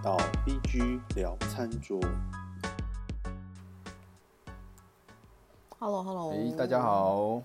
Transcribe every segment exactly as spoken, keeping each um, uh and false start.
到 B G 聊餐桌。 Hello Hello， 哎，大家好。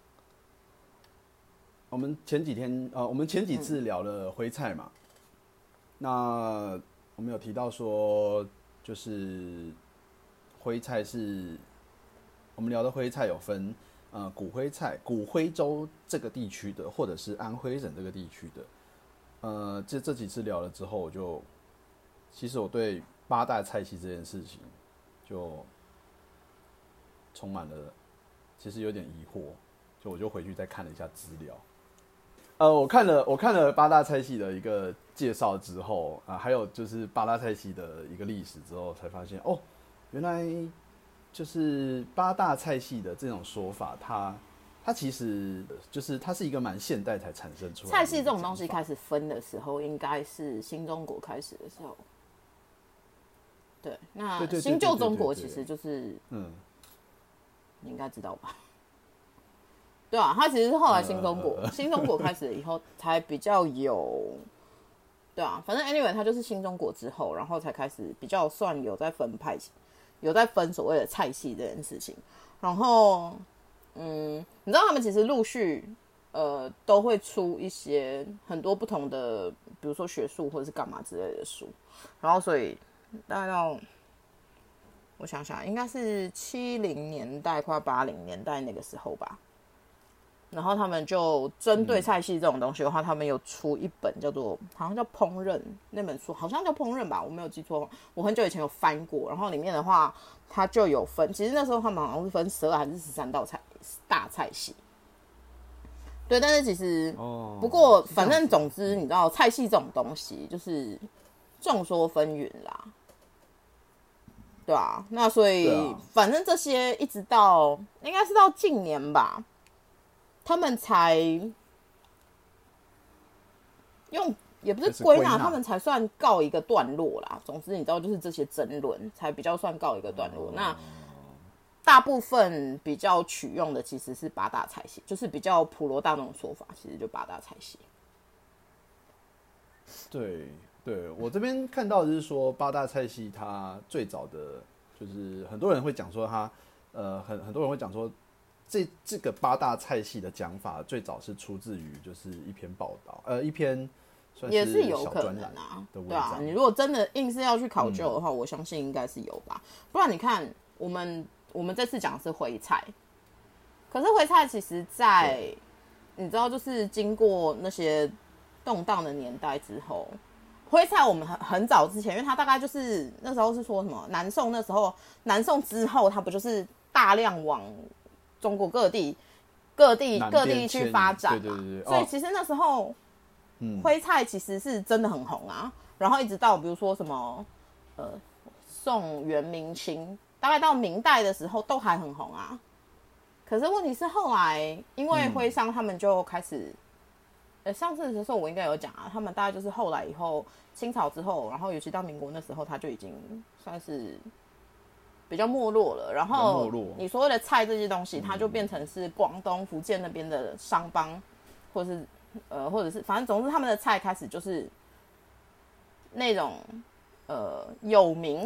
我们前几天呃，我们前几次聊了徽菜嘛，嗯、那我们有提到说，就是徽菜是，我们聊的徽菜有分呃古徽菜，古徽州这个地区的，或者是安徽省这个地区的。呃，这这几次聊了之后，我就其实我对八大菜系这件事情就充满了，其实有点疑惑，就我就回去再看了一下资料。呃，我看了我看了八大菜系的一个介绍之后啊、呃，还有就是八大菜系的一个历史之后，才发现哦，原来就是八大菜系的这种说法，它它其实就是它是一个蛮现代才产生出来的。 菜系这种东西开始分的时候，应该是新中国开始的时候。对，那新旧中国其实就是嗯，你应该知道吧？对啊，它其实是后来新中国，呃、新中国开始以后才比较有，对啊，反正 anyway 它就是新中国之后，然后才开始比较算有在分派，有在分所谓的菜系这件事情。然后，嗯，你知道他们其实陆续呃都会出一些很多不同的，比如说学术或者是干嘛之类的书，然后所以大概到我想想，应该是七零年代快八零年代那个时候吧。然后他们就针对菜系这种东西的话，嗯、他们有出一本叫做好像叫烹饪那本书，好像叫烹饪吧，我没有记错，我很久以前有翻过。然后里面的话，它就有分，其实那时候他们好像是分十二还是十三道菜大菜系。对，但是其实，哦、不过反正总之，你知道菜系这种东西就是众说纷纭啦，对啊，那所以、啊、反正这些一直到应该是到近年吧。他们才用也不是归纳，他们才算告一个段落啦。总之，你知道，就是这些争论才比较算告一个段落。哦、那大部分比较取用的其实是八大菜系，就是比较普罗大众的说法，其实就八大菜系。 对对，我这边看到的是说八大菜系，它最早的就是很多人会讲说它，呃，很很多人会讲说。这这个八大菜系的讲法最早是出自于就是一篇报道，呃，一篇算是小专栏的文章。 对啊，你如果真的硬是要去考究的话，嗯、我相信应该是有吧。不然你看，我们我们这次讲的是徽菜，可是徽菜其实在你知道，就是经过那些动荡的年代之后，徽菜我们很很早之前，因为它大概就是那时候是说什么南宋那时候，南宋之后它不就是大量往中国各地、各地、各地去发展嘛，对对对，所以其实那时候，嗯，徽菜其实是真的很红啊。然后一直到比如说什么，呃，宋、元、明清，大概到明代的时候都还很红啊。可是问题是后来，因为徽商他们就开始，呃，上次的时候我应该有讲啊，他们大概就是后来以后清朝之后，然后尤其到民国那时候，他就已经算是。比较没落了，然后你所谓的菜这些东西，它就变成是广东、福建那边的商帮，或者是呃，或者是反正总之他们的菜开始就是那种呃有名，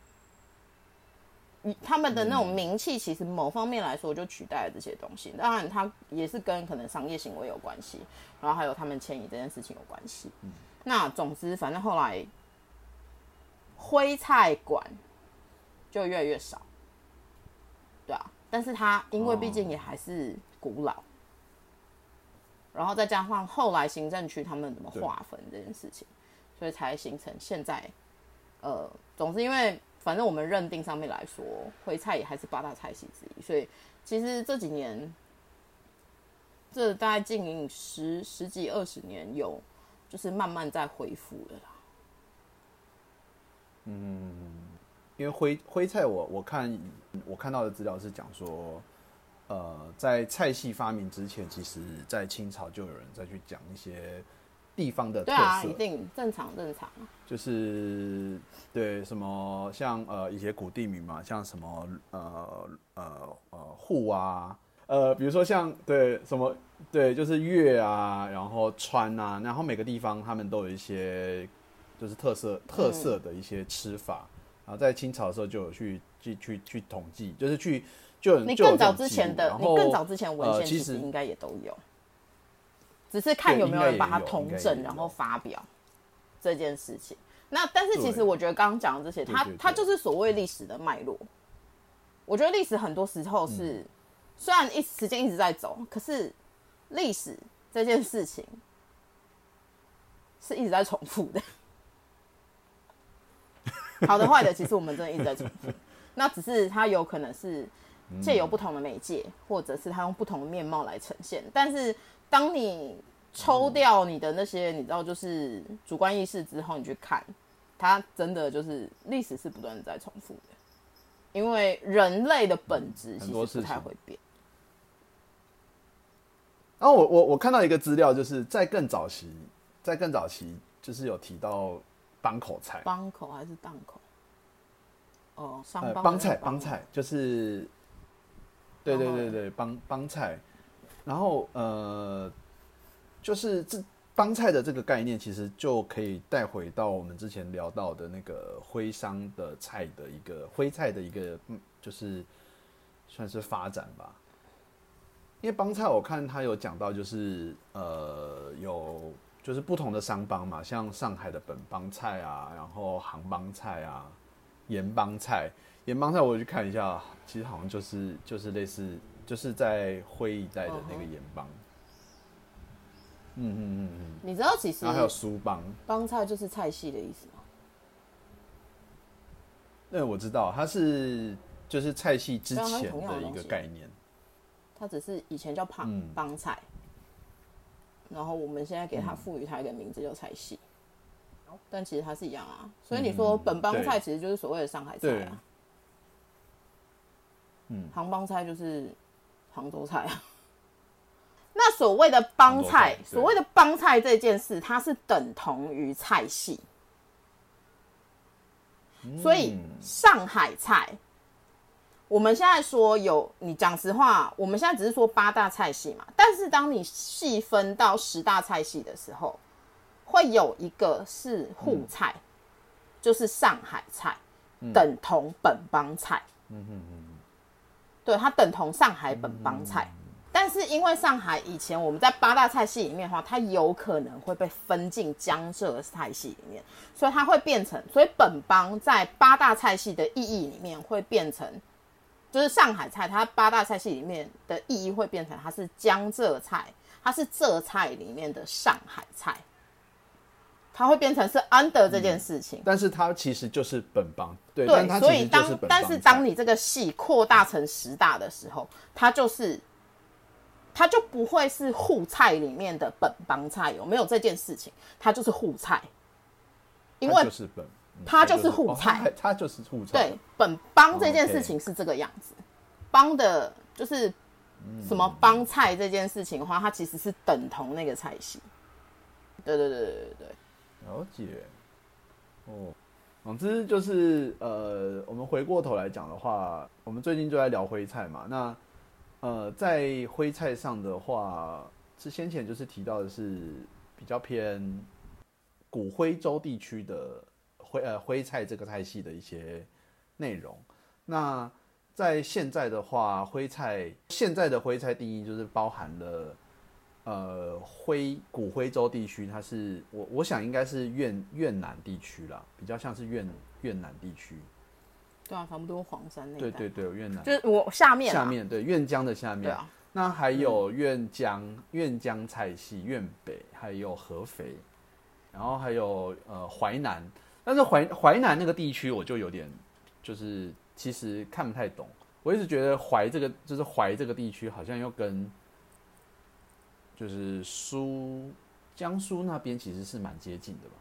他们的那种名气，其实某方面来说就取代了这些东西。当然，它也是跟可能商业行为有关系，然后还有他们迁移这件事情有关系。嗯、那总之，反正后来徽菜馆。就越来越少，对啊，但是它因为毕竟也还是古老，哦、然后再加上后来行政区他们怎么划分这件事情，所以才形成现在，呃，总之因为反正我们认定上面来说，徽菜也还是八大菜系之一，所以其实这几年，这大概经营十十几二十年有，就是慢慢在恢复了啦。 嗯。因为徽徽菜我，我我看我看到的资料是讲说，呃，在菜系发明之前，其实在清朝就有人在去讲一些地方的特色。对啊，一定正常正常。 就是对什么像呃一些古地名嘛，像什么呃呃呃户啊，呃比如说像对什么对就是粤啊，然后川啊，然后每个地方他们都有一些就是特色特色的一些吃法，嗯、然后在清朝的时候就有去去去去统计，就是去就有你更早之前的，你更早之前文献呃、 其实应该也都有，只是看有没有人把它统整，然后发表这件事情。那但是其实我觉得刚刚讲的这些，它它就是所谓历史的脉络。我觉得历史很多时候是、嗯、虽然一时间一直在走，可是历史这件事情是一直在重复的。好的坏的，其实我们真的一直在重复。那只是它有可能是借由不同的媒介，或者是它用不同的面貌来呈现。但是当你抽掉你的那些，你知道，就是主观意识之后，你去看，它真的就是历史是不断的在重复的。因为人类的本质其实不太会变。 然后我我我看到一个资料，就是在更早期，在更早期就是有提到帮口菜， 帮口还是档口？哦，商帮、 呃、帮菜，帮菜就是，对对对对，帮帮菜。然后呃，就是这帮菜的这个概念，其实就可以带回到我们之前聊到的那个徽商的菜的一个徽菜的一个，就是算是发展吧。因为帮菜，我看他有讲到，就是呃有就是不同的商帮嘛，像上海的本帮菜啊，然后杭帮菜啊，盐帮菜。盐帮菜我去看一下，其实好像就是就是类似就是在徽一带的那个盐帮。嗯嗯嗯嗯， 你知道其实然后还有苏帮， 帮菜就是菜系的意思吗？ 对，我知道，它是就是菜系之前的一个概念。 它只是以前叫帮帮菜，嗯，然后我们现在给它赋予它一个名字叫菜系，嗯，但其实它是一样啊。所以你说本帮菜其实就是所谓的上海菜啊，嗯，杭帮菜就是杭州菜啊。那所谓的帮菜，所谓的帮菜这件事，它是等同于菜系，嗯，所以上海菜，我们现在说有，你讲实话，我们现在只是说八大菜系嘛，但是当你细分到十大菜系的时候，会有一个是沪菜，嗯，就是上海菜，嗯，等同本帮菜，嗯嗯嗯，对，它等同上海本帮菜。嗯，但是因为上海以前我们在八大菜系里面的话，它有可能会被分进江浙菜系里面，所以它会变成，所以本帮在八大菜系的意义里面会变成，就是上海菜它八大菜系里面的意义会变成它是江浙菜，它是浙菜里面的上海菜，它会变成是 under 这件事情，嗯， 但是它其实就是本帮，对， 对， 但它所以当其实就是本帮但是当你这个系扩大成十大的时候，它就是它就不会是沪菜里面的本帮菜，有没有这件事情？它就是沪菜，因为就是本， 它就是沪菜， 哦，它就是沪菜。 对，本帮这件事情是这个样子，帮的就是什么帮菜这件事情的话，它其实是等同那个菜系。对对对对对对。 了解。哦，总之就是呃，我们回过头来讲的话，我们最近就在聊徽菜嘛，那。呃，在徽菜上的话，是先前就是提到的是比较偏古徽州地区的徽呃徽菜这个菜系的一些内容。那在现在的话，徽菜现在的徽菜定义就是包含了呃徽古徽州地区，它是我我想应该是越越南地区啦，比较像是越越南地区。 对啊，差不多黄山那一带。对对对，越南就是我下面下面对愿江的下面。对啊，那还有愿江、嗯、愿江菜系、愿北，还有合肥，然后还有呃淮南。但是淮淮南那个地区我就有点就是其实看不太懂。我一直觉得淮这个就是淮这个地区好像又跟就是苏江苏那边其实是蛮接近的吧。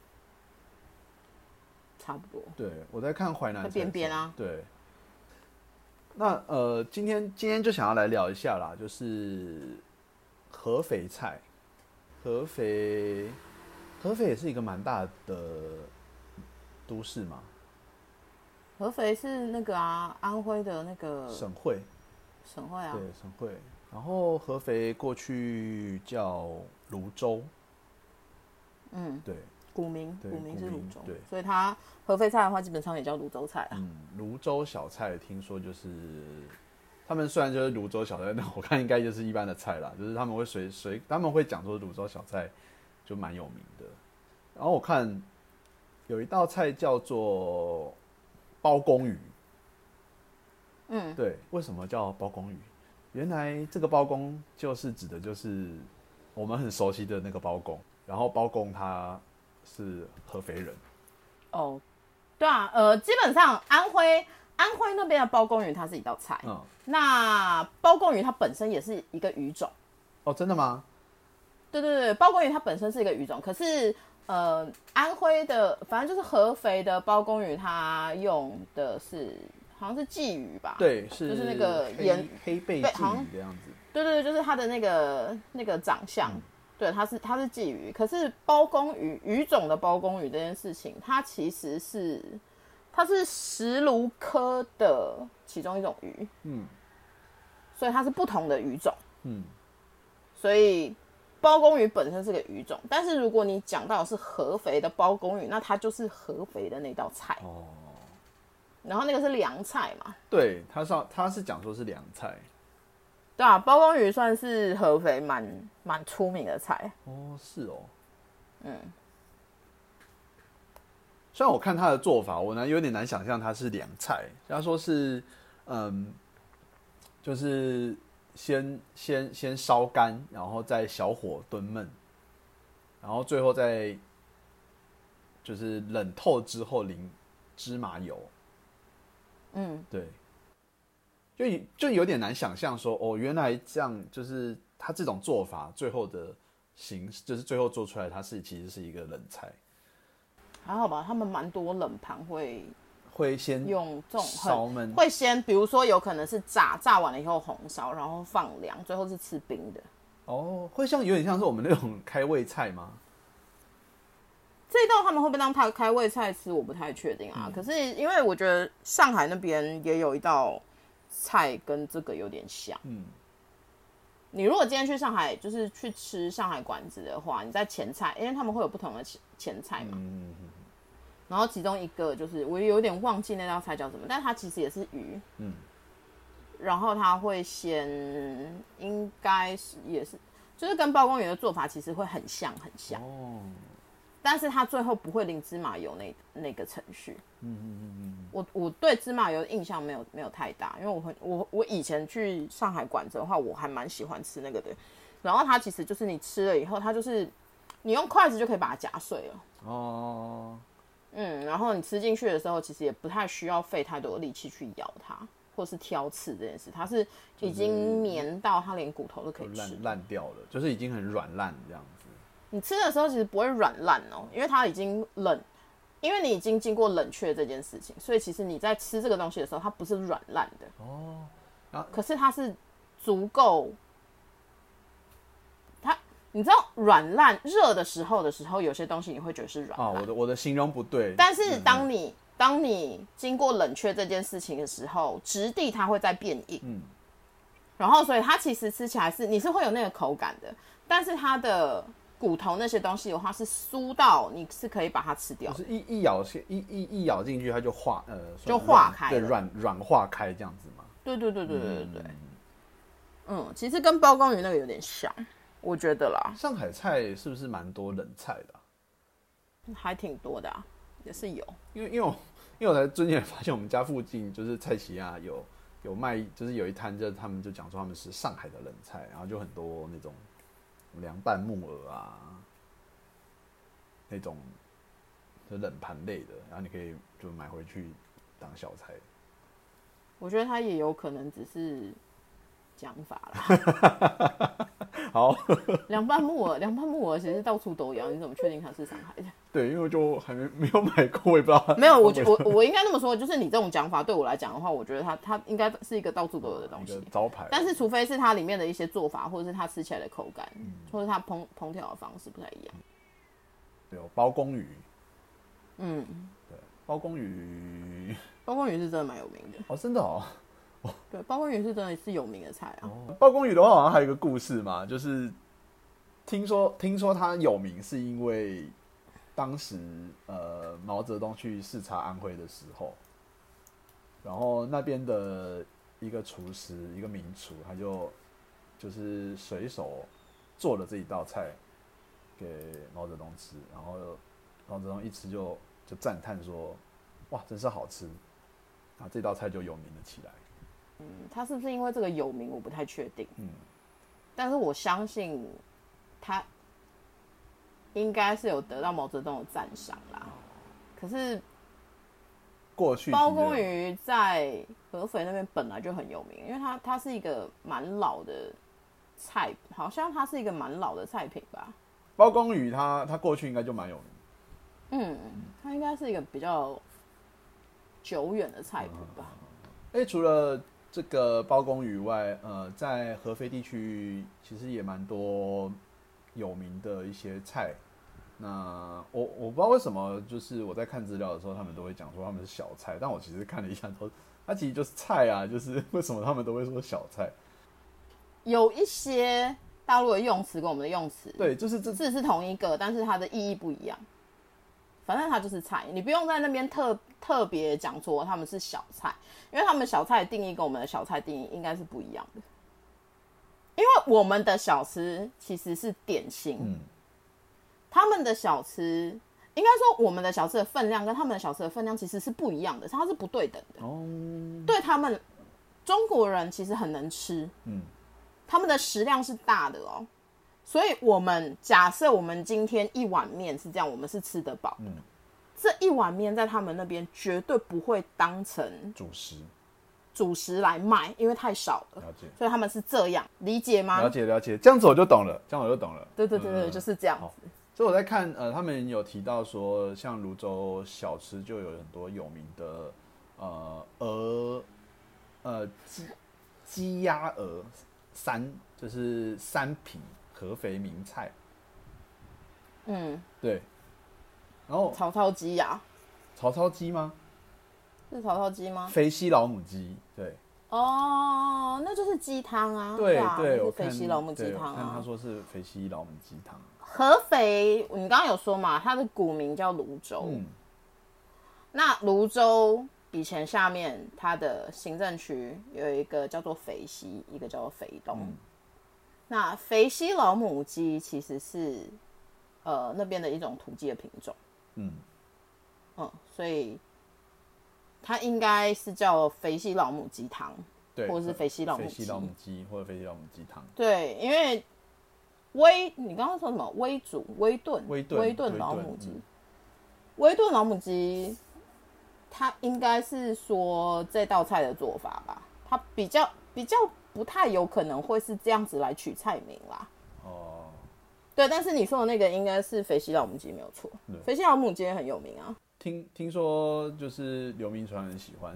差不多， 对，我在看淮南边边啊。 对，那呃，今天今天就想要来聊一下啦，就是合肥菜。合肥，合肥也是一个蛮大的都市嘛。 合肥是那个啊，安徽的那个省会。 省会啊。 对，省会。然后合肥过去叫泸州。 嗯， 对。 古名，古名是泸州， 对， 所以它合肥菜的话，基本上也叫泸州菜啊。 嗯，泸州小菜听说就是，他们虽然就是泸州小菜，但我看应该就是一般的菜啦，就是他们会随随他们会讲说泸州小菜就蛮有名的。然后我看有一道菜叫做包公鱼， 嗯， 对，为什么叫包公鱼？原来这个包公就是指的就是我们很熟悉的那个包公，然后包公他是合肥人。 哦，对啊，呃，基本上安徽安徽那边的包公鱼它是一道菜，嗯，那包公鱼它本身也是一个鱼种。 哦，真的吗？ 对对对，包公鱼它本身是一个鱼种，可是呃，安徽的反正就是合肥的包公鱼，它用的是好像是鲫鱼吧？ 对，是就是那个颜黑背鲫鱼的样子。 对对对，就是它的那个那个长相。嗯，对，它是它是鲫鱼，可是包公鱼鱼种的包公鱼这件事情，它其实是它是石鲈科的其中一种鱼，嗯，所以它是不同的鱼种，嗯，所以包公鱼本身是个鱼种，但是如果你讲到的是合肥的包公鱼，那它就是合肥的那道菜哦，然后那个是凉菜嘛， 对，它是它是讲说是凉菜。 对啊，包公鱼算是合肥蛮蛮出名的菜哦，是哦，嗯，虽然我看它的做法，我呢有点难想象它是凉菜，他说是，嗯，就是先先先烧干，然后再小火炖焖，然后最后再就是冷透之后淋芝麻油，嗯，对。就就有点难想象说，哦，原来这样就是他这种做法，最后的形式就是最后做出来，它是其实是一个冷菜。 还好吧，他们蛮多冷盘会会先用这种烧焖， 会先比如说有可能是炸，炸完了以后红烧，然后放凉，最后是吃冰的。 哦，会像有点像是我们那种开胃菜吗？ 这一道他们会不会当开开胃菜吃，我不太确定啊。嗯、可是因为我觉得上海那边也有一道菜跟这个有点像，嗯，你如果今天去上海，就是去吃上海馆子的话，你在前菜，因为他们会有不同的前菜嘛，嗯，然后其中一个就是我有点忘记那道菜叫什么，但它其实也是鱼，嗯，然后它会先应该是也是就是跟包公鱼的做法其实会很像很像，哦。但是它最后不会淋芝麻油那那个程序。嗯嗯嗯嗯。我我对芝麻油的印象没有没有太大，因为我很我我以前去上海馆子的话，我还蛮喜欢吃那个的。然后它其实就是你吃了以后，它就是你用筷子就可以把它夹碎了。哦。嗯，然后你吃进去的时候，其实也不太需要费太多的力气去咬它，或是挑刺这件事，它是已经绵到它连骨头都可以吃， 烂烂掉了，就是已经很软烂这样子。 你吃的时候其实不会软烂哦，因为它已经冷，因为你已经经过冷却这件事情，所以其实你在吃这个东西的时候，它不是软烂的哦，啊、可是它是足够，它你知道软烂热的时候的时候，有些东西你会觉得是软烂。 哦，我的我的形容不对。 但是当你、嗯、当你经过冷却这件事情的时候，质地它会再变硬，嗯，然后所以它其实吃起来是你是会有那个口感的，但是它的骨头那些东西的话是酥到你是可以把它吃掉的， 就是一一咬一一一咬进去它就化呃就化开了， 对，软软化开这样子嘛。 对对对对对对对，嗯，嗯，其实跟包公鱼那个有点像，我觉得啦。 上海菜是不是蛮多冷菜的、啊？ 还挺多的啊，也是有。 因为因为我因为我才最近发现我们家附近就是菜市啊有有卖，就是有一摊就他们就讲说他们是上海的冷菜，然后就很多那种。凉拌木耳啊，那种就冷盘类的，然后你可以就买回去当小菜。 我觉得它也有可能只是讲法啦。 好， 凉拌木耳，凉拌木耳其实到处都有，你怎么确定它是上海的？ 对，因为我就还没没有买过，我也不知道。 没有，我我我应该那么说，就是你这种讲法对我来讲的话，我觉得它它应该是一个到处都有的东西， 招牌。 但是除非是它里面的一些做法，或者是它吃起来的口感，嗯、或者它烹烹调的方式不太一样。 有包公鱼，嗯，对，包公鱼， 包公鱼是真的蛮有名的。 哦，真的哦。 对，包公鱼是真的是有名的菜啊。 哦、包公鱼的话，好像还有一个故事嘛，就是听说听说它有名是因为。 当时呃毛泽东去视察安徽的时候，然后那边的一个厨师，一个名厨，他就就是随手做了这一道菜给毛泽东吃，然后毛泽东一吃就就赞叹说：“哇，真是好吃！”然后这道菜就有名了起来。 嗯，他是不是因为这个有名，我不太确定。 嗯， 但是我相信他应该是有得到毛泽东的赞赏啦。可是过去包公鱼在合肥那边本来就很有名，因为它它是一个蛮老的菜，好像它是一个蛮老的菜品吧。 包公鱼它它过去应该就蛮有名。 嗯，它应该是一个比较久远的菜谱吧。 哎、欸，除了这个包公鱼外，呃，在合肥地区其实也蛮多有名的一些菜。那我我不知道为什么，就是我在看资料的时候，他们都会讲说他们是小菜，但我其实看了一下说，它其实就是菜啊，就是为什么他们都会说小菜？ 有一些大陆的用词跟我们的用词， 对，就是这字是同一个，但是它的意义不一样。反正它就是菜，你不用在那边特特别讲说他们是小菜，因为他们小菜的定义跟我们的小菜定义应该是不一样的。因为我们的小吃其实是点心，嗯，他们的小吃应该说我们的小吃的分量跟他们的小吃的分量其实是不一样的，它是不对等的。哦，对他们中国人其实很能吃，嗯，他们的食量是大的哦。所以我们假设我们今天一碗面是这样，我们是吃得饱的，嗯，这一碗面在他们那边绝对不会当成主食主食来卖，因为太少了。了解，所以他们是这样，理解吗？ 了解了解，这样子我就懂了，这样我就懂了。 对对对对，嗯、就是这样子。 所以我在看，呃，他们有提到说，像泸州小吃就有很多有名的，呃，鹅，呃，鸡鸡鸭鹅三，就是三品。合肥名菜，嗯，对，然后曹操鸡呀， 曹操鸡吗？ 是曹操鸡吗？ 肥西老母鸡，对， 哦，那就是鸡汤啊， 对对， 对就是肥西老母鸡汤啊。 看他说是肥西老母鸡汤。 合肥，你刚刚有说嘛，它的古名叫泸州，嗯，那泸州以前下面它的行政区有一个叫做肥西，一个叫做肥东。嗯，那肥西老母鸡其实是呃那边的一种土鸡的品种，嗯嗯，所以它应该是叫肥西老母鸡汤， 对， 或者是肥西老母鸡， 肥西老母鸡或者肥西老母鸡汤。对， 因为微你刚刚说什么微煮、微炖、 微炖、 微炖老母鸡，嗯、微炖老母鸡，它应该是说这道菜的做法吧，它比较比较。不太有可能会是这样子来取菜名啦。哦，对，但是你说的那个应该是肥西老母鸡没有错。肥西老母鸡也很有名啊。 听听说就是刘铭传很喜欢。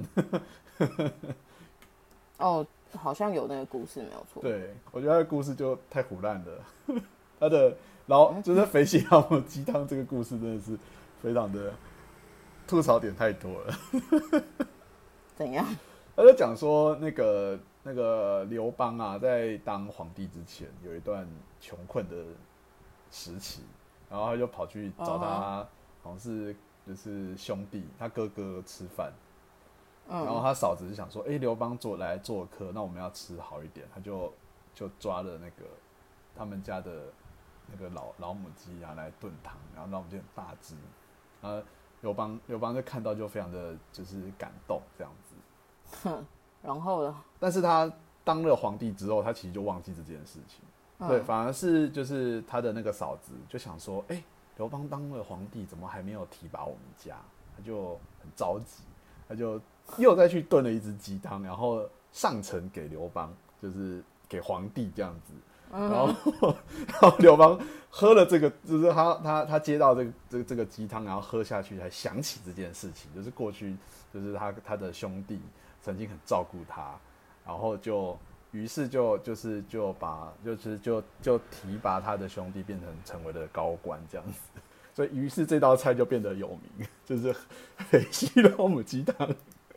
哦，好像有那个故事没有错。 对，我觉得他的故事就太唬烂了。他的然后就是肥西老母鸡汤这个故事真的是非常的吐槽点太多了。 怎样？ 他就讲说那个。那个刘邦啊，在当皇帝之前有一段穷困的时期，然后他就跑去找他， uh-huh. 好像是就是兄弟，他哥哥吃饭，嗯、然后他嫂子就想说，哎、欸，刘邦做来做客，那我们要吃好一点，他就就抓了那个他们家的那个老老母鸡啊来炖汤，然后老母鸡很大只，然后刘邦刘邦就看到就非常的就是感动这样子。 然后呢？ 但是他当了皇帝之后，他其实就忘记这件事情。嗯、对，反而是就是他的那个嫂子就想说，哎、欸，刘邦当了皇帝，怎么还没有提拔我们家？他就很着急，他就又再去炖了一只鸡汤，然后上呈给刘邦，就是给皇帝这样子。嗯、然后，然后刘邦喝了这个，就是他他他接到这个这个这个鸡汤，然后喝下去，才想起这件事情，就是过去就是他他的兄弟。曾经很照顾他，然后就于是就就是就把就是就就提拔他的兄弟变成成为了高官这样子，所以于是这道菜就变得有名，就是肥西老母鸡汤。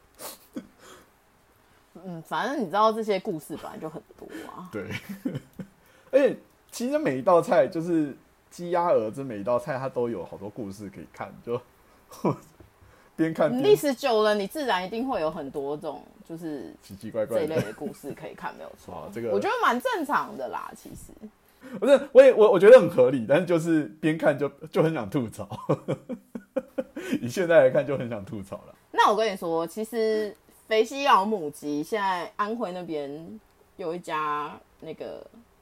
嗯，反正你知道这些故事本来就很多啊。 对，而且其实每一道菜就是鸡鸭鹅这每一道菜它都有好多故事可以看，就边看边历史久了，你自然一定会有很多种就是奇奇怪怪这一类的故事可以看，没有错。 这个我觉得蛮正常的啦，其实。 不是，我也我我觉得很合理，但是就是边看就就很想吐槽。以现在来看就很想吐槽了。 那我跟你说，其实肥西老母鸡现在安徽那边有一家那个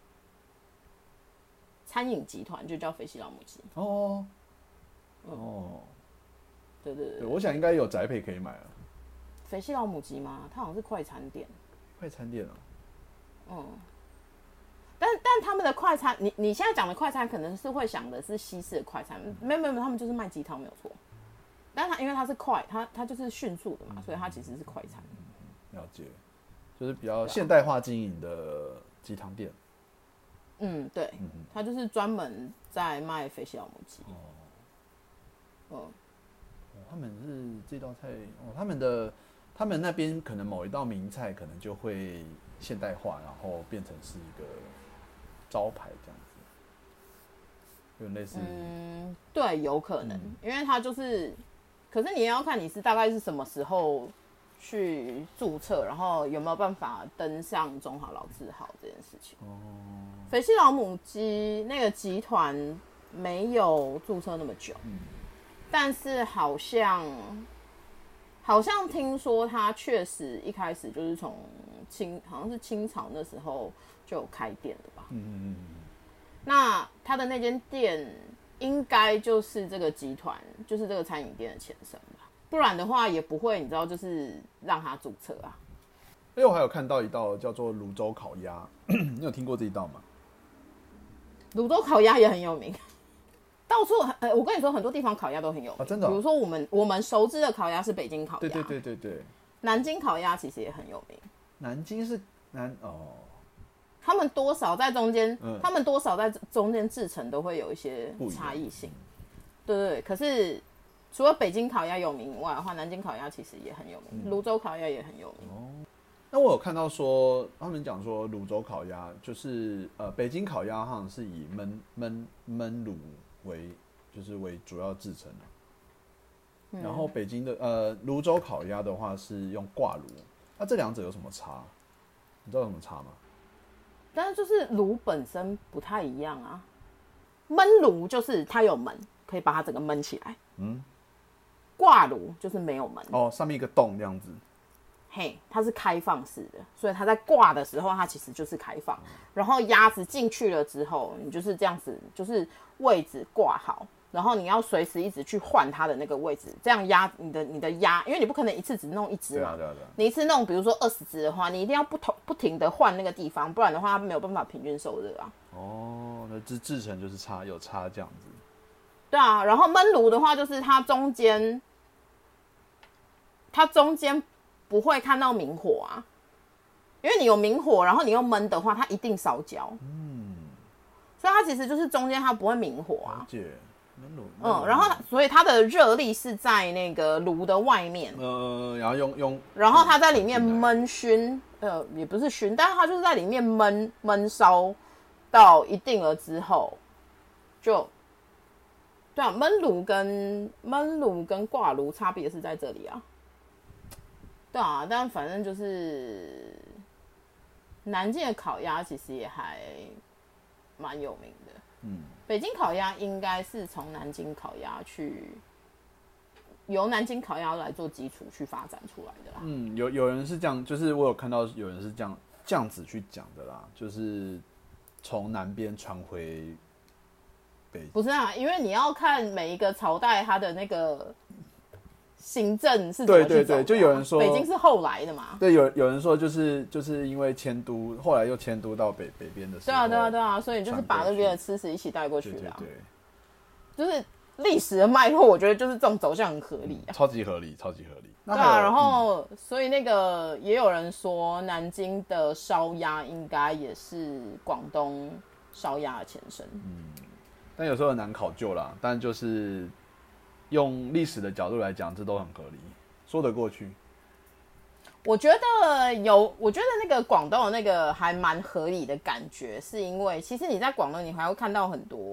餐饮集团，就叫肥西老母鸡。 哦，哦， 对对 对, 对，我想应该有宅配可以买了。 肥西老母鸡吗？它好像是快餐店。 快餐店啊。 嗯。但但他们的快餐，你你现在讲的快餐可能是会想的是西式的快餐，没有没有没有，他们就是卖鸡汤没有错。但是它因为它是快，它它就是迅速的嘛，所以它其实是快餐。 了解，就是比较现代化经营的鸡汤店。 嗯，对，它就是专门在卖肥西老母鸡。哦。 嗯、哦，他们是这道菜哦，他们的他们那边可能某一道名菜可能就会现代化，然后变成是一个招牌这样子，有点类似。 嗯，对，有可能，嗯、因为它就是，可是你也要看你是大概是什么时候去注册，然后有没有办法登上中华老字号这件事情。哦。肥西老母鸡那个集团没有注册那么久，嗯、但是好像好像听说它确实一开始就是从清好像是清朝那时候就有开店了吧？嗯嗯嗯。那他的那间店应该就是这个集团，就是这个餐饮店的前身吧？不然的话也不会，你知道，就是让他注册啊。 因为我还有看到一道叫做泸州烤鸭，你有听过这一道吗？ 泸州烤鸭也很有名，到处呃，我跟你说，很多地方烤鸭都很有名。 啊，真的、哦。 比如说我们我们熟知的烤鸭是北京烤鸭， 对对对对对。 南京烤鸭其实也很有名。 南京是南哦。 他们多少在中间，嗯、他们多少在中间制成都会有一些差异性，对对对。可是除了北京烤鸭有名以外的话，南京烤鸭其实也很有名，泸、嗯、州烤鸭也很有名。哦， 那我有看到说，他们讲说泸州烤鸭就是呃，北京烤鸭好像是以焖焖焖卤为就是为主要制成的，嗯、然后北京的呃泸州烤鸭的话是用挂炉，那这两者有什么差？你知道有什么差吗？ 但是就是炉本身不太一样啊，焖炉就是它有门，可以把它整个焖起来。嗯，挂炉就是没有门。 哦，上面一个洞这样子。 嘿，它是开放式的，所以它在挂的时候，它其实就是开放。嗯、然后鸭子进去了之后，你就是这样子，就是位置挂好，然后你要随时一直去换它的那个位置，这样鸭你的你的鸭，因为你不可能一次只弄一只嘛， 对啊对啊对啊， 你一次弄比如说二十只的话，你一定要不同不停的换那个地方，不然的话它没有办法平均受热啊。 哦，那制制成就是差有差这样子。 对啊，然后焖炉的话，就是它中间它中间不会看到明火啊，因为你有明火，然后你用焖的话，它一定烧焦。嗯，所以它其实就是中间它不会明火啊。 了解。 嗯，然后所以它的热力是在那个炉的外面， 呃，然后用用， 然后它在里面焖熏，呃，也不是熏，但是它就是在里面焖焖烧到一定了之后，就对啊，焖炉跟焖炉跟挂炉差别是在这里啊，对啊，但反正就是南京的烤鸭其实也还蛮有名的，嗯。北京烤鸭应该是从南京烤鸭去，由南京烤鸭来做基础去发展出来的啦。 嗯，有有人是这样，就是我有看到有人是这样这样子去讲的啦，就是从南边传回北。 不是啊，因为你要看每一个朝代它的那个行政是怎么去走的、啊、 对对对，就有人说北京是后来的嘛。 对，有有人说就是就是因为迁都，后来又迁都到北北边的时候。 对啊对啊对啊，所以就是把那边的吃食一起带过去的、啊。 对对对，就是历史的脉络，我觉得就是这种走向很合理啊， 嗯、超级合理，超级合理。 对啊，然后、嗯、所以那个也有人说，南京的烧鸭应该也是广东烧鸭的前身。 嗯，但有时候很难考究啦，但就是用历史的角度来讲，这都很合理，说得过去。 我觉得有，我觉得那个广东的那个还蛮合理的感觉，是因为其实你在广东，你还会看到很多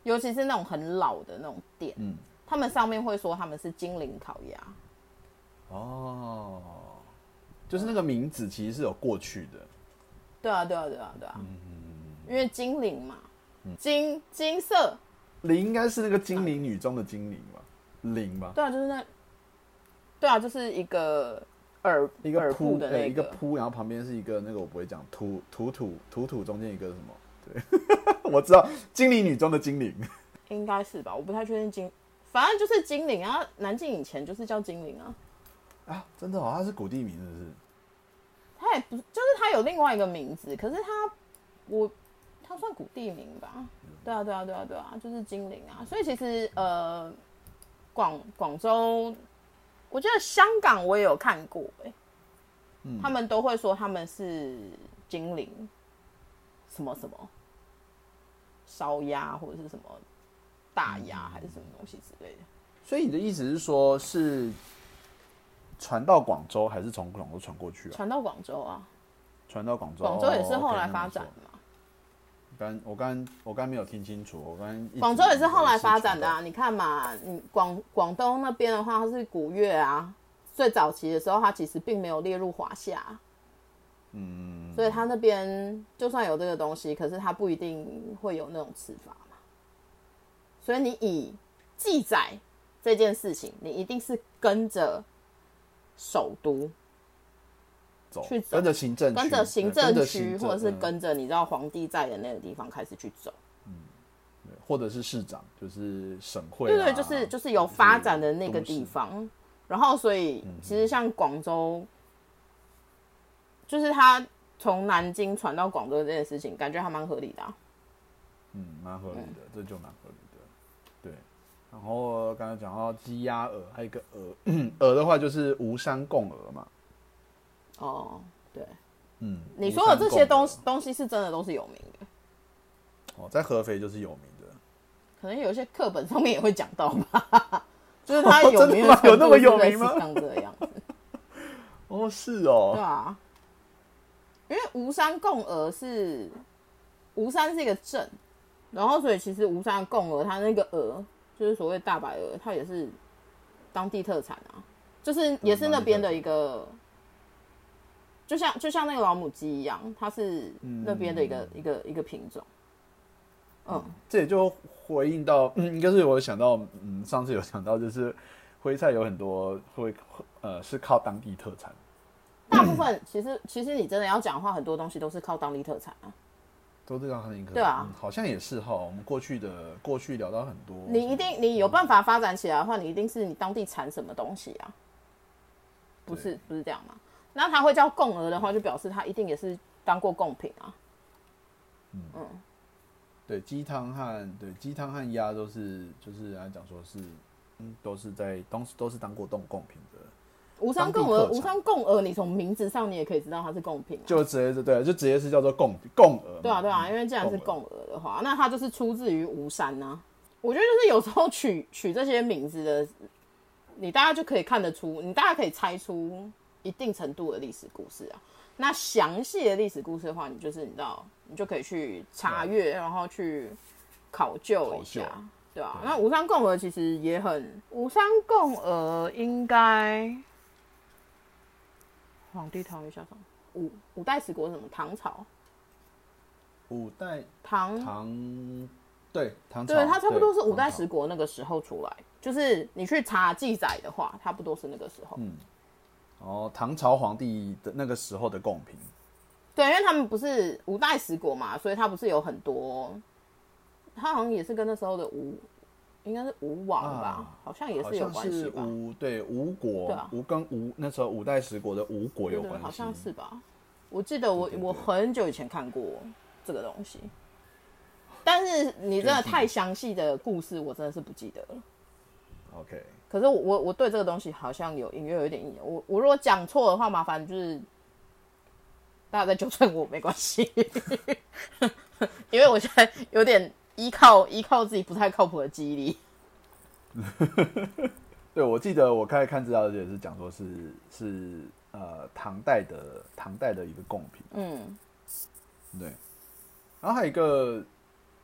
尤其是那种很老的那种店，嗯，他们上面会说他们是精灵烤鸭。 哦，就是那个名字其实是有过去的。 对啊，对啊，对啊，对啊。嗯，因为精灵嘛，金金色。 灵应该是那个精灵女中的精灵吧？灵吧？ 对啊，就是那。对啊，就是一个耳一个铺的那个、 欸、一个铺，然后旁边是一个那个我不会讲土土土土土中间一个什么？对，我知道精灵女中的精灵， 应该是吧？我不太确定精，反正就是精灵啊。南京以前就是叫精灵啊。 啊，真的哦，它是古地名是不是？ 它也不就是它有另外一个名字，可是它我它算古地名吧？对啊，对啊，对啊，对啊，就是精灵啊。所以其实呃，广广州。我觉得香港我也有看过、欸嗯、他们都会说他们是精灵什么什么烧鸭或者是什么大鸭还是什么东西之类的。 所以你的意思是说，是传到广州还是从广州传过去啊？ 传到广州啊， 传到广州， 广州也是后来发展的嘛。 刚我刚我刚没有听清楚，我刚广州也是后来发展的啊。你看嘛，你广广东那边的话，它是古粤啊，最早期的时候，它其实并没有列入华夏，嗯，所以它那边就算有这个东西，可是它不一定会有那种吃法嘛。所以你以记载这件事情，你一定是跟着首都。去走， 跟着行政区， 跟着行政区，或者是跟着你知道皇帝在的那个地方开始去走，嗯， 或者是市长，就是省会、啊， 对对，就是就是有发展的那个地方。然后，所以其实像广州，嗯、就是他从南京传到广州这件事情，感觉还蛮合理的、啊。 嗯，蛮合理的，嗯、这就蛮合理的。对，然后刚才讲到鸡鸭鹅，还有一个鹅，鹅的话就是吴山贡鹅嘛。 哦，对， 嗯， 你说的这些东西东西是真的都是有名的。 哦，在合肥就是有名的， 可能有一些课本上面也会讲到吧，就是它有名的有那么有名吗？ 像这样子。 哦，是哦， 对啊，因为吴山贡鹅是吴山是一个镇，然后所以其实吴山贡鹅它那个鹅就是所谓大白鹅，它也是当地特产啊，就是也是那边的一个。就像就像那个老母鸡一样，它是那边的一个、嗯、一个一个品种。嗯， 这也就回应到，嗯，应该是我想到，嗯，上次有讲到，就是徽菜有很多会呃是靠当地特产。 大部分其实其实你真的要讲的话，很多东西都是靠当地特产啊。 都是靠当地特产。 对啊、 嗯，好像也是哈。我们过去的过去聊到很多， 你一定你有办法发展起来的话，你一定是你当地产什么东西啊？不是不是这样吗？那它会叫贡鹅的话，就表示它一定也是当过贡品啊。 嗯，嗯对，鸡汤和对鸡汤和鸭都是，就是来讲说是，嗯，都是在当都是当过贡贡品的。 吴山贡鹅，吴山贡鹅，你从名字上你也可以知道它是贡品、啊， 就直接是对，就直接是叫做贡贡鹅。 对啊，对啊，因为既然是贡鹅的话，那它就是出自于吴山啊。我觉得就是有时候取取这些名字的，你大家就可以看得出，你大家可以猜出一定程度的历史故事啊。那详细的历史故事的话，你就是你知道，你就可以去查阅，然后去考究一下，对吧、啊？那吴山贡鹅其实也很，吴山贡鹅应该皇帝唐虞夏商五五代十国是什么？唐朝。 五代唐唐对唐朝， 对，它差不多是五代十国那个时候出来，就是你去查记载的话，差不多是那个时候。 嗯。哦，唐朝皇帝的那个时候的贡品， 对，因为他们不是五代十国嘛，所以他不是有很多，他好像也是跟那时候的吴，应该是吴王吧、啊，好像也是有关系吧。 吴对吴国， 对啊， 吴跟吴那时候五代十国的吴国有关系， 好像是吧？我记得我对对对我很久以前看过这个东西，但是你真的太详细的故事，我真的是不记得了。 OK。 可是我我我对这个东西好像有隐约有一点印象，我我如果讲错的话，麻烦就是大家再纠正我，没关系，因为我现在有点依靠依靠自己不太靠谱的记忆力。 对，我记得我开始看资料也是讲说是是呃唐代的唐代的一个贡品，嗯，对，然后还有一个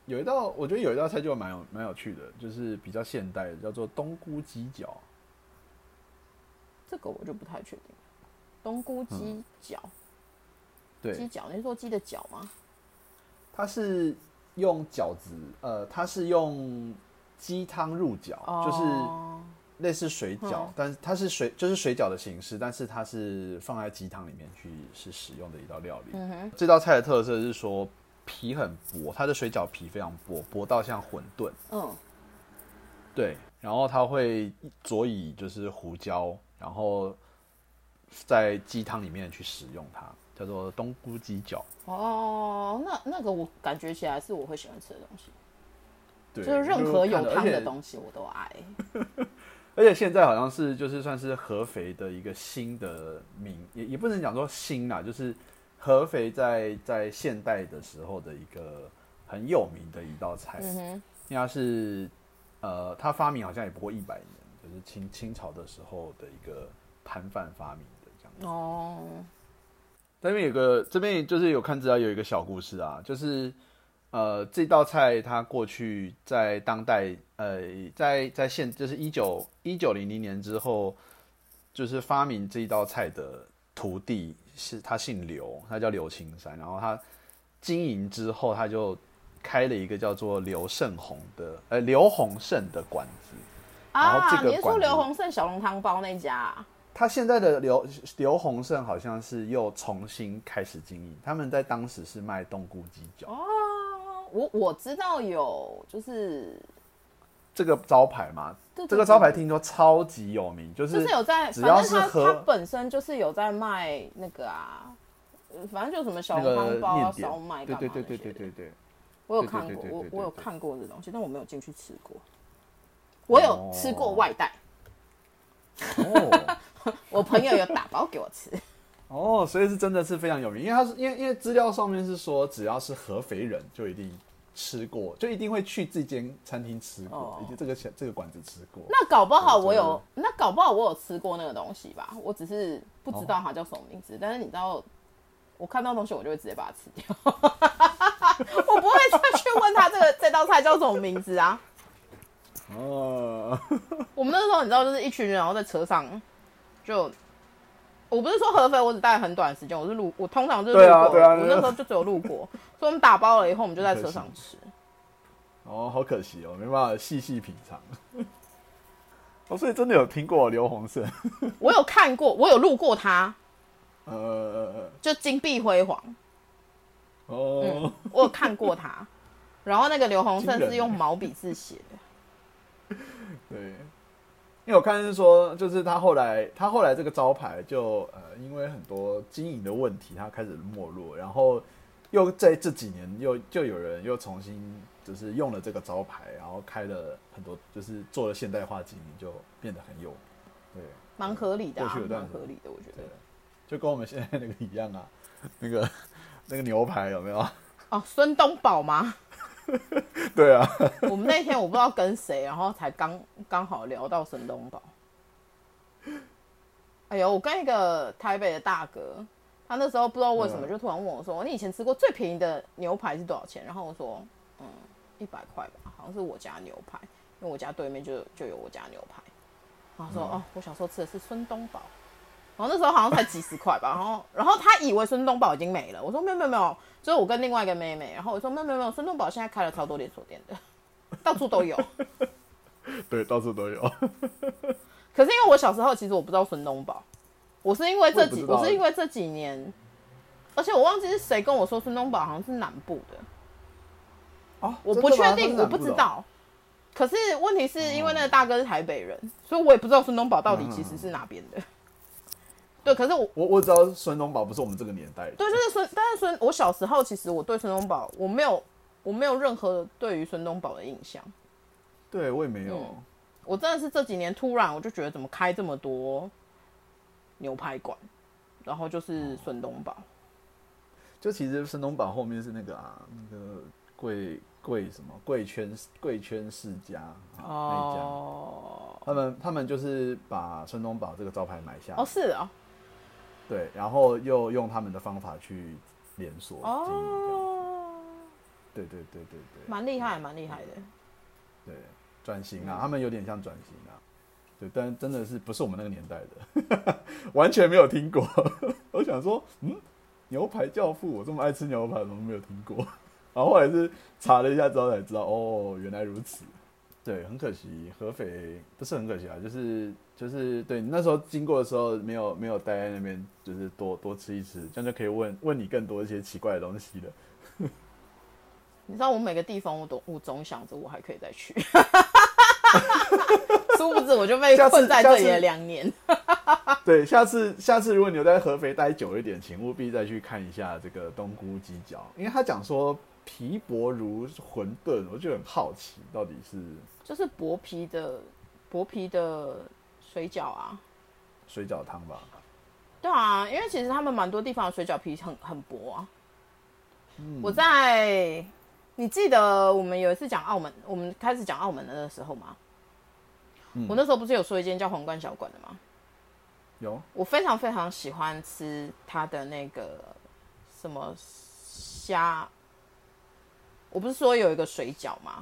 有一道，我觉得有一道菜就蛮有蛮有趣的，就是比较现代的，叫做冬菇鸡脚。 这个我就不太确定。冬菇鸡脚，嗯、 对， 鸡脚，你是说鸡的脚吗？ 它是用饺子，呃，它是用鸡汤入饺，哦、就是类似水饺，嗯、但是它是水就是水饺的形式，但是它是放在鸡汤里面去是使用的一道料理。嗯、这道菜的特色是说皮很薄，它的水饺皮非常薄，薄到像馄饨。嗯，对，然后它会佐以就是胡椒，然后在鸡汤里面去使用它。叫做冬菇鸡脚哦，那那个我感觉起来是我会喜欢吃的东西，对，就是任何有汤的东西我都爱。 而且现在好像是就是算是合肥的一个新的名，也也不能讲说新啦，就是合肥在在现代的时候的一个很有名的一道菜。嗯哼，因为它是呃，它发明好像也不过一百年，就是清清朝的时候的一个摊贩发明的这样子。哦。这边有个，这边就是有看资料有一个小故事啊，就是呃这道菜它过去在当代呃在在现就是一九一九零零年之后，就是发明这一道菜的徒弟是他姓刘，他叫刘青山，然后他经营之后他就开了一个叫做刘胜宏的呃刘宏胜的馆子啊，然后这个你是说刘宏胜小笼汤包那家啊？ 他现在的刘刘宏胜好像是又重新开始经营，他们在当时是卖冬菇鸡脚。哦， 我我知道有就是这个招牌嘛，对对对，这个招牌听说超级有名，就是就是有在，只要是喝，反正他他本身就是有在卖那个啊，反正就什么小笼汤包啊、烧麦干嘛那些的。对对对对对对，我有看过，我我有看过这东西，但我没有进去吃过。我有吃过外带。哦。我朋友有打包给我吃， 哦，所以是真的是非常有名，因为他是因为因为资料上面是说，只要是合肥人就一定吃过，就一定会去这间餐厅吃过，哦、这个这个馆子吃过。 那搞不好我有，那搞不好我有吃过那个东西吧，我只是不知道它叫什么名字。哦、但是你知道，我看到东西我就会直接把它吃掉，我不会再去问他这个这道菜叫什么名字啊。哦，我们那时候你知道，就是一群人，然后在车上。就我不是说合肥，我只待很短的时间，我是路，我通常就是路过，啊啊、我那时候就只有路过，所以我们打包了以后，我们就在车上吃。 哦，好可惜哦，没办法细细品尝。哦，所以真的有听过刘宏胜？ 我有看过，我有路过他。呃，就金碧辉煌。哦、嗯，我有看过他，然后那个刘宏胜是用毛笔字写的。 对。因为我看是说，就是他后来，他后来这个招牌就呃，因为很多经营的问题，他开始没落，然后又在这几年又就有人又重新就是用了这个招牌，然后开了很多，就是做了现代化经营，就变得很有，对， 蛮合理的、啊，蛮合理的，我觉得， 就跟我们现在那个一样啊，那个那个牛排有没有？ 哦，孙东宝吗？ 对啊， 我们那天我不知道跟谁，然后才刚刚好聊到孙东宝。哎呦，我跟一个台北的大哥，他那时候不知道为什么就突然问我说：“你以前吃过最便宜的牛排是多少钱？”然后我说：“嗯，一百块吧，好像是我家牛排，因为我家对面就就有我家牛排。”然后说：“嗯、哦，我小时候吃的是孙东宝。”然后那时候好像才几十块吧，然后然后他以为孙东宝已经没了，我说没有没有没有，就是我跟另外一个妹妹，然后我说没有没有没有，孙东宝现在开了超多连锁店的，到处都有。 对，到处都有。 可是因为我小时候其实我不知道孙东宝，我是因为这几我, 我是因为这几年，而且我忘记是谁跟我说孙东宝好像是南部的，哦，我不确定，我不知道。可是问题是因为那个大哥是台北人，所以我也不知道孙东宝到底其实是哪边的。嗯对，可是我我我知道孙东宝不是我们这个年代的。 对，就是孙，但是孙，我小时候其实我对孙东宝我没有我没有任何对于孙东宝的印象。 对，我也没有、嗯。 我真的是这几年突然我就觉得怎么开这么多牛排馆，然后就是孙东宝。 就其实孙东宝后面是那个啊，那个贵贵什么贵圈贵圈世家哦，那家，他们他们就是把孙东宝这个招牌买下来。 哦，是啊、哦。 对，然后又用他们的方法去连锁经营。哦， 对对对对对， 蛮厉害，蛮厉害的。 对，转型啊，他们有点像转型啊。对，但真的是不是我们那个年代的，完全没有听过。我想说，嗯，牛排教父，我这么爱吃牛排，怎么没有听过？然后后来是查了一下之后才知道，哦，原来如此。对，很可惜，合肥不是很可惜啊，就是就是对那时候经过的时候，没有没有待在那边，就是多多吃一吃，这样就可以问问你更多一些奇怪的东西了。 你知道我每个地方我都我总想着我还可以再去。殊不知我就被困在这里了两年。 对，下次下次如果你有在合肥待久一点，请务必再去看一下这个冬菇鸡脚，因为他讲说皮薄如馄饨，我就很好奇，到底是就是薄皮的薄皮的水饺啊， 水饺汤吧？ 对啊，因为其实他们蛮多地方的水饺皮很很薄啊。嗯、我在你记得我们有一次讲澳门，我们开始讲澳门的那时候吗？嗯、我那时候不是有说一间叫皇冠小馆的吗？ 有。我非常非常喜欢吃它的那个什么虾，我不是说有一个水饺吗？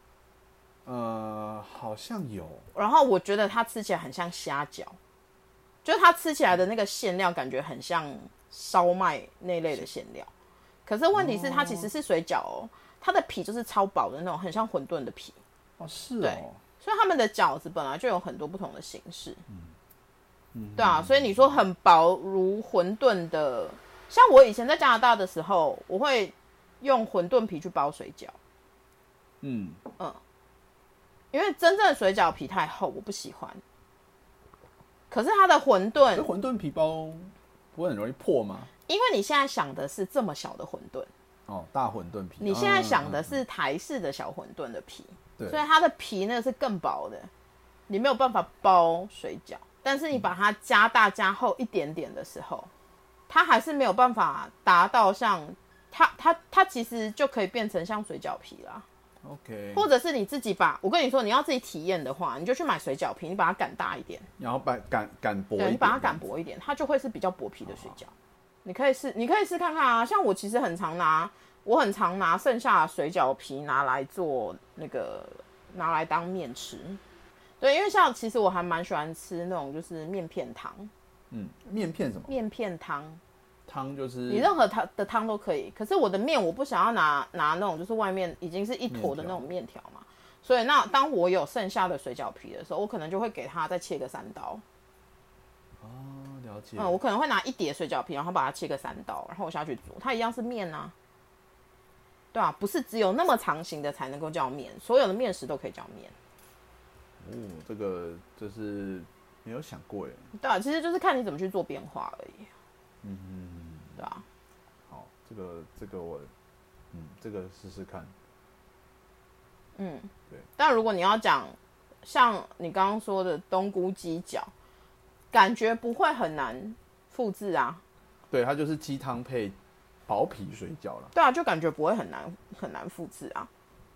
呃，好像有。 然后我觉得它吃起来很像虾饺，就是它吃起来的那个馅料感觉很像烧麦那类的馅料。可是问题是它其实是水饺哦，它的皮就是超薄的那种，很像馄饨的皮。 哦，是哦。 对，所以他们的饺子本来就有很多不同的形式。嗯嗯，对啊，所以你说很薄如馄饨的，像我以前在加拿大的时候，我会用馄饨皮去包水饺。嗯嗯，因为真正的水饺皮太厚，我不喜欢。可是它的馄饨， 馄饨皮包不会很容易破吗？ 因为你现在想的是这么小的馄饨。 哦，大馄饨皮。 你现在想的是台式的小馄饨的皮， 对， 所以它的皮那个是更薄的，你没有办法包水饺。但是你把它加大加厚一点点的时候，它还是没有办法达到像它它它其实就可以变成像水饺皮啦。 OK， 或者是你自己把，我跟你说，你要自己体验的话，你就去买水饺皮，你把它擀大一点， 然后把擀擀薄一点， 对，你把它擀薄一点，它就会是比较薄皮的水饺。你可以试，你可以试看看啊。像我其实很常拿，我很常拿剩下的水饺皮拿来做那个，拿来当面吃。对，因为像其实我还蛮喜欢吃那种就是面片汤。 嗯，面片什么？ 面片汤。 汤就是你任何汤的汤都可以，可是我的面我不想要拿拿那种就是外面已经是一坨的那种面条嘛，所以那当我有剩下的水饺皮的时候，我可能就会给它再切个三刀。 哦，了解。 嗯，我可能会拿一碟水饺皮，然后把它切个三刀，然后我下去煮，它一样是面啊。对啊，不是只有那么长形的才能够叫面，所有的面食都可以叫面。 哦，这个就是没有想过耶。 对啊，其实就是看你怎么去做变化而已。 嗯嗯， 对啊。 好，这个这个我，嗯，这个试试看。 嗯， 对。 但如果你要讲像你刚刚说的冬菇鸡脚，感觉不会很难复制啊。 对，它就是鸡汤配薄皮水饺了。 对啊，就感觉不会很难很难复制啊。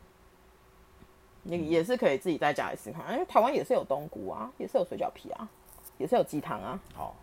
你也是可以自己在家里试看，因为台湾也是有冬菇啊，也是有水饺皮啊，也是有鸡汤啊。 好，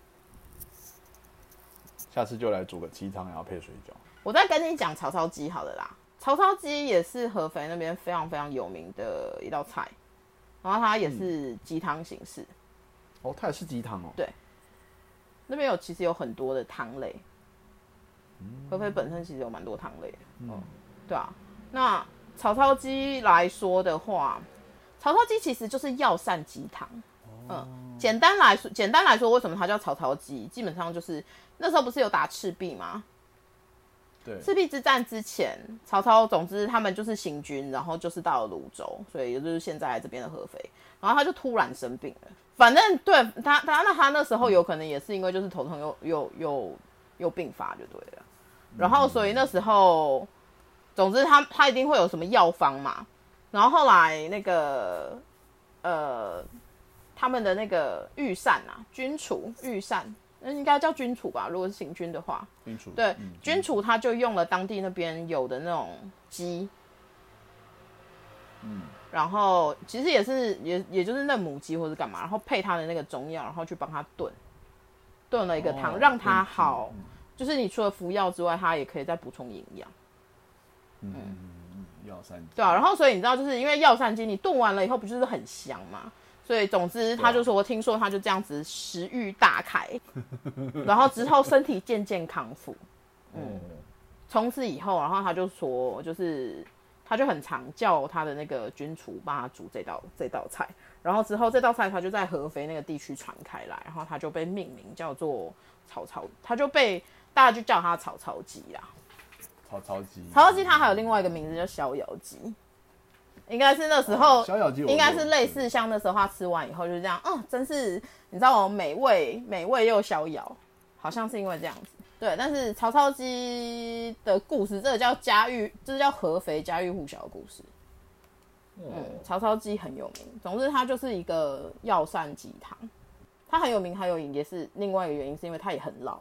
下次就来煮个鸡汤，然后配水饺。 我再跟你讲曹操鸡好了啦，曹操鸡也是合肥那边非常非常有名的一道菜，然后它也是鸡汤形式。嗯、 哦，它也是鸡汤哦。 对，那边有其实有很多的汤类，嗯、合肥本身其实有蛮多汤类的。嗯，嗯对啊，那。曹操鸡来说的话，曹操鸡其实就是药膳鸡汤。嗯，简单来说，简单来说，为什么它叫曹操鸡？基本上就是那时候不是有打赤壁吗？ 对。 赤壁之战之前，曹操总之他们就是行军，然后就是到了泸州，所以也就是现在这边的合肥。然后他就突然生病了，反正对他他那他那时候有可能也是因为就是头痛又又又又病发就对了。然后所以那时候。总之他，他他一定会有什么药方嘛。然后后来那个，呃，他们的那个御膳啊，军厨御膳，那应该叫军厨吧？如果是行军的话， 军厨对， 嗯、 军厨他就用了当地那边有的那种鸡，嗯，然后其实也是也也就是嫩母鸡或者干嘛，然后配他的那个中药，然后去帮他炖，炖了一个汤，哦、让他好，嗯、就是你除了服药之外，他也可以再补充营养。 嗯嗯，药膳鸡。 对啊，然后所以你知道，就是因为药膳鸡你炖完了以后不就是很香嘛？所以总之他就说，我听说他就这样子食欲大开，然后之后身体渐渐康复。嗯，从此以后，然后他就说，就是他就很常叫他的那个军厨帮他煮这道这道菜，然后之后这道菜他就在合肥那个地区传开来，然后他就被命名叫做曹操，他就被大家就叫他曹操鸡啦。 曹操鸡， 曹操鸡它还有另外一个名字叫逍遥鸡，应该是那时候， 逍遥鸡应该是类似像那时候他吃完以后就是这样，嗯，真是你知道吗？美味美味又逍遥，好像是因为这样子。对，但是曹操鸡的故事，这个叫家喻，这叫合肥家喻户晓的故事。嗯，曹操鸡很有名。总之，它就是一个药膳鸡汤，它很有名，还有也是另外一个原因，是因为它也很老。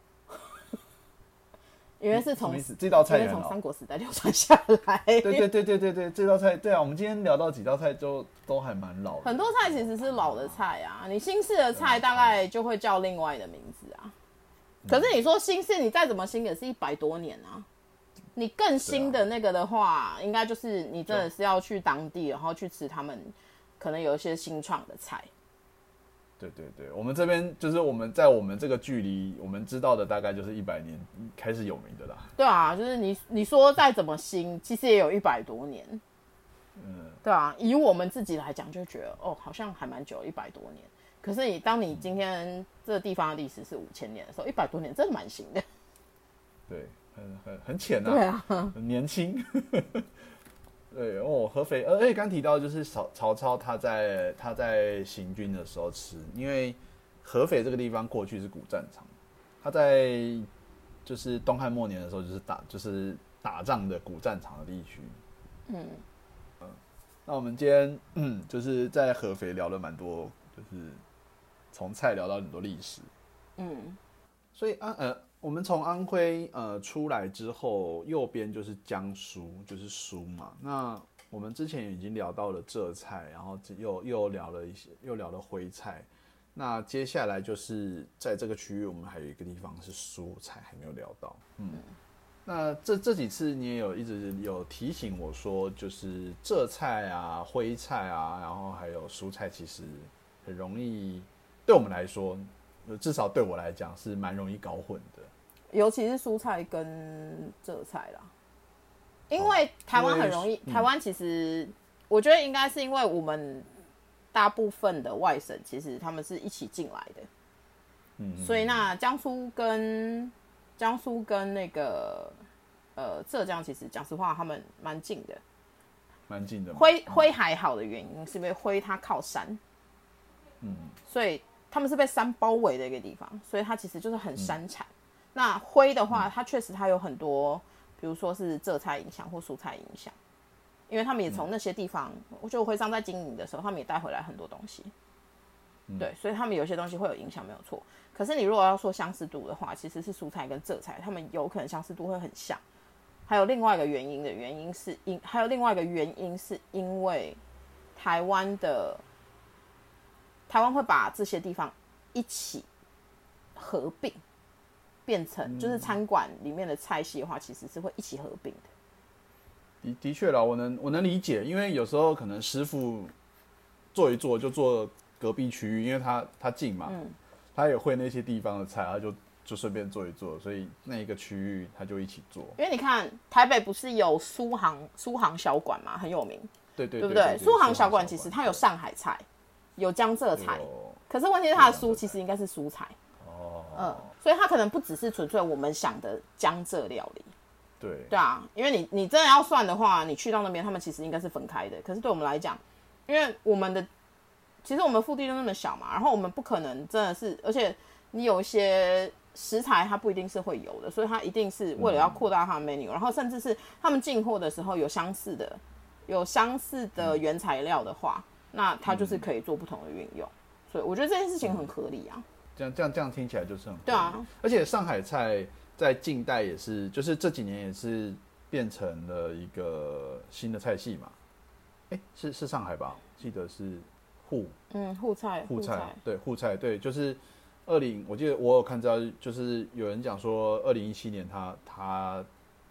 因为是从这道菜从三国时代流传下来。 对对对对对对，这道菜对啊，我们今天聊到几道菜都都还蛮老的。 很多菜其实是老的菜啊，你新式的菜大概就会叫另外的名字啊。可是你说新式，你再怎么新也是一百多年啊。你更新的那个的话，应该就是你真的是要去当地，然后去吃他们可能有一些新创的菜。 对对对，我们这边就是我们在我们这个距离，我们知道的大概就是一百年开始有名的啦。 对啊，就是你你说再怎么新，其实也有一百多年。嗯，对啊，以我们自己来讲，就觉得哦，好像还蛮久，一百多年。可是你当你今天这个地方的历史是五千年的时候，一百多年真的蛮新的。 对，很很很浅啊， 对啊， 很年轻。对哦，合肥，而且刚提到就是曹曹操他在他在行军的时候吃，因为合肥这个地方过去是古战场，他在就是东汉末年的时候就是打就是打仗的古战场的地区。嗯嗯，那我们今天嗯就是在合肥聊了蛮多，就是从菜聊到很多历史。嗯，所以啊呃。我们从安徽呃出来之后，右边就是江苏，就是苏嘛。那我们之前已经聊到了浙菜，然后又又聊了一些，又聊了徽菜。那接下来就是在这个区域，我们还有一个地方是蔬菜还没有聊到。嗯，那这这几次你也有一直有提醒我说，就是浙菜啊、徽菜啊，然后还有蔬菜，其实很容易对我们来说。至少对我来讲是蛮容易搞混的， 尤其是蔬菜跟浙菜啦，因为台湾很容易，哦、台湾其实我觉得应该是因为我们大部分的外省其实他们是一起进来的，嗯，所以那江苏跟江苏跟那个呃浙江其实讲实话他们蛮近的， 蛮近的。 徽徽还好的原因是因为徽它靠山，嗯，所以。他们是被山包围的一个地方，所以它其实就是很山产。嗯、那徽的话，它确实它有很多，比如说是浙菜影响或蔬菜影响，因为他们也从那些地方，嗯、我觉得徽商在经营的时候，他们也带回来很多东西。嗯、对，所以他们有些东西会有影响，没有错。可是你如果要说相似度的话，其实是蔬菜跟浙菜，他们有可能相似度会很像。还有另外一个原因的原因是因，还有另外一个原因是因为台湾的。台湾会把这些地方一起合并，变成就是餐馆里面的菜系的话，其实是会一起合并的。 的的确啦，我能我能理解，因为有时候可能师傅做一做就做隔壁区域，因为他他近嘛，嗯、他也会那些地方的菜，他就就顺便做一做，所以那一个区域他就一起做。 因为你看台北不是有苏杭苏杭小馆嘛，很有名， 对对对, 对不对？苏杭小馆其实它有上海菜。有江浙菜，可是问题是它的蔬其实应该是蔬菜，哦，嗯，所以它可能不只是纯粹我们想的江浙料理， 对， 对啊，因为你你真的要算的话，你去到那边，他们其实应该是分开的。可是对我们来讲，因为我们的其实我们腹地就那么小嘛，然后我们不可能真的是，而且你有一些食材它不一定是会有的，所以它一定是为了要扩大它的 menu，、嗯、然后甚至是他们进货的时候有相似的有相似的原材料的话。那它就是可以做不同的运用，嗯、所以我觉得这件事情很合理啊。 这样这样这样听起来就是很合理。 对啊， 而且上海菜在近代也是，就是这几年也是变成了一个新的菜系嘛。哎，是是上海吧？记得是沪， 嗯，沪菜， 沪菜，对，沪菜，对，就是二零，我记得我有看到，就是有人讲说，二零一七年他他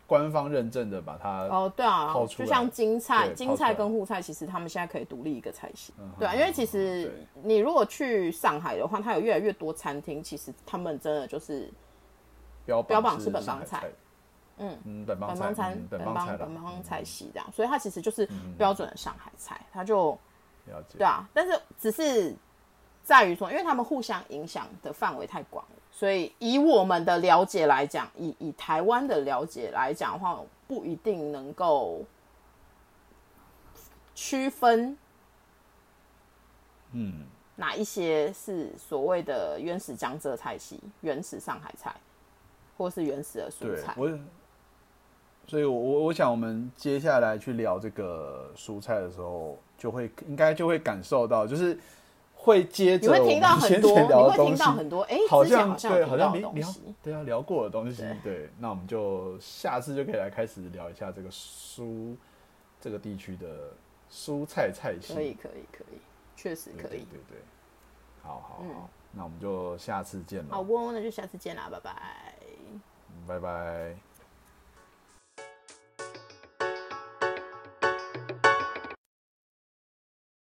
官方认证的把它哦，对啊，就像京菜、京菜跟沪菜，其实他们现在可以独立一个菜系。嗯、对啊，因为其实你如果去上海的话，它有越来越多餐厅，其实他们真的就是标标榜是本帮菜。 嗯嗯，本帮餐、 嗯、 本帮本帮菜系这样，所以它其实就是标准的上海菜，它就了解。 对啊，但是只是在于说，因为他们互相影响的范围太广了，所以以我们的了解来讲，以以台湾的了解来讲的话，不一定能够区分， 嗯， 哪一些是所谓的原始江浙菜系、原始上海菜，或是原始的蔬菜。 所以我，我我想，我们接下来去聊这个蔬菜的时候，就会应该就会感受到，就是会接着我们先前聊的东西， 你会听到很多，哎， 好像之前好像对，好像没聊对啊聊过的东西，对，那我们就下次就可以来开始聊一下这个蔬这个地区的蔬菜菜系， 可以可以可以，确实可以，对对, 对, 对，好好好、嗯，那我们就下次见了， 好，那就下次见啦，拜拜， 拜拜。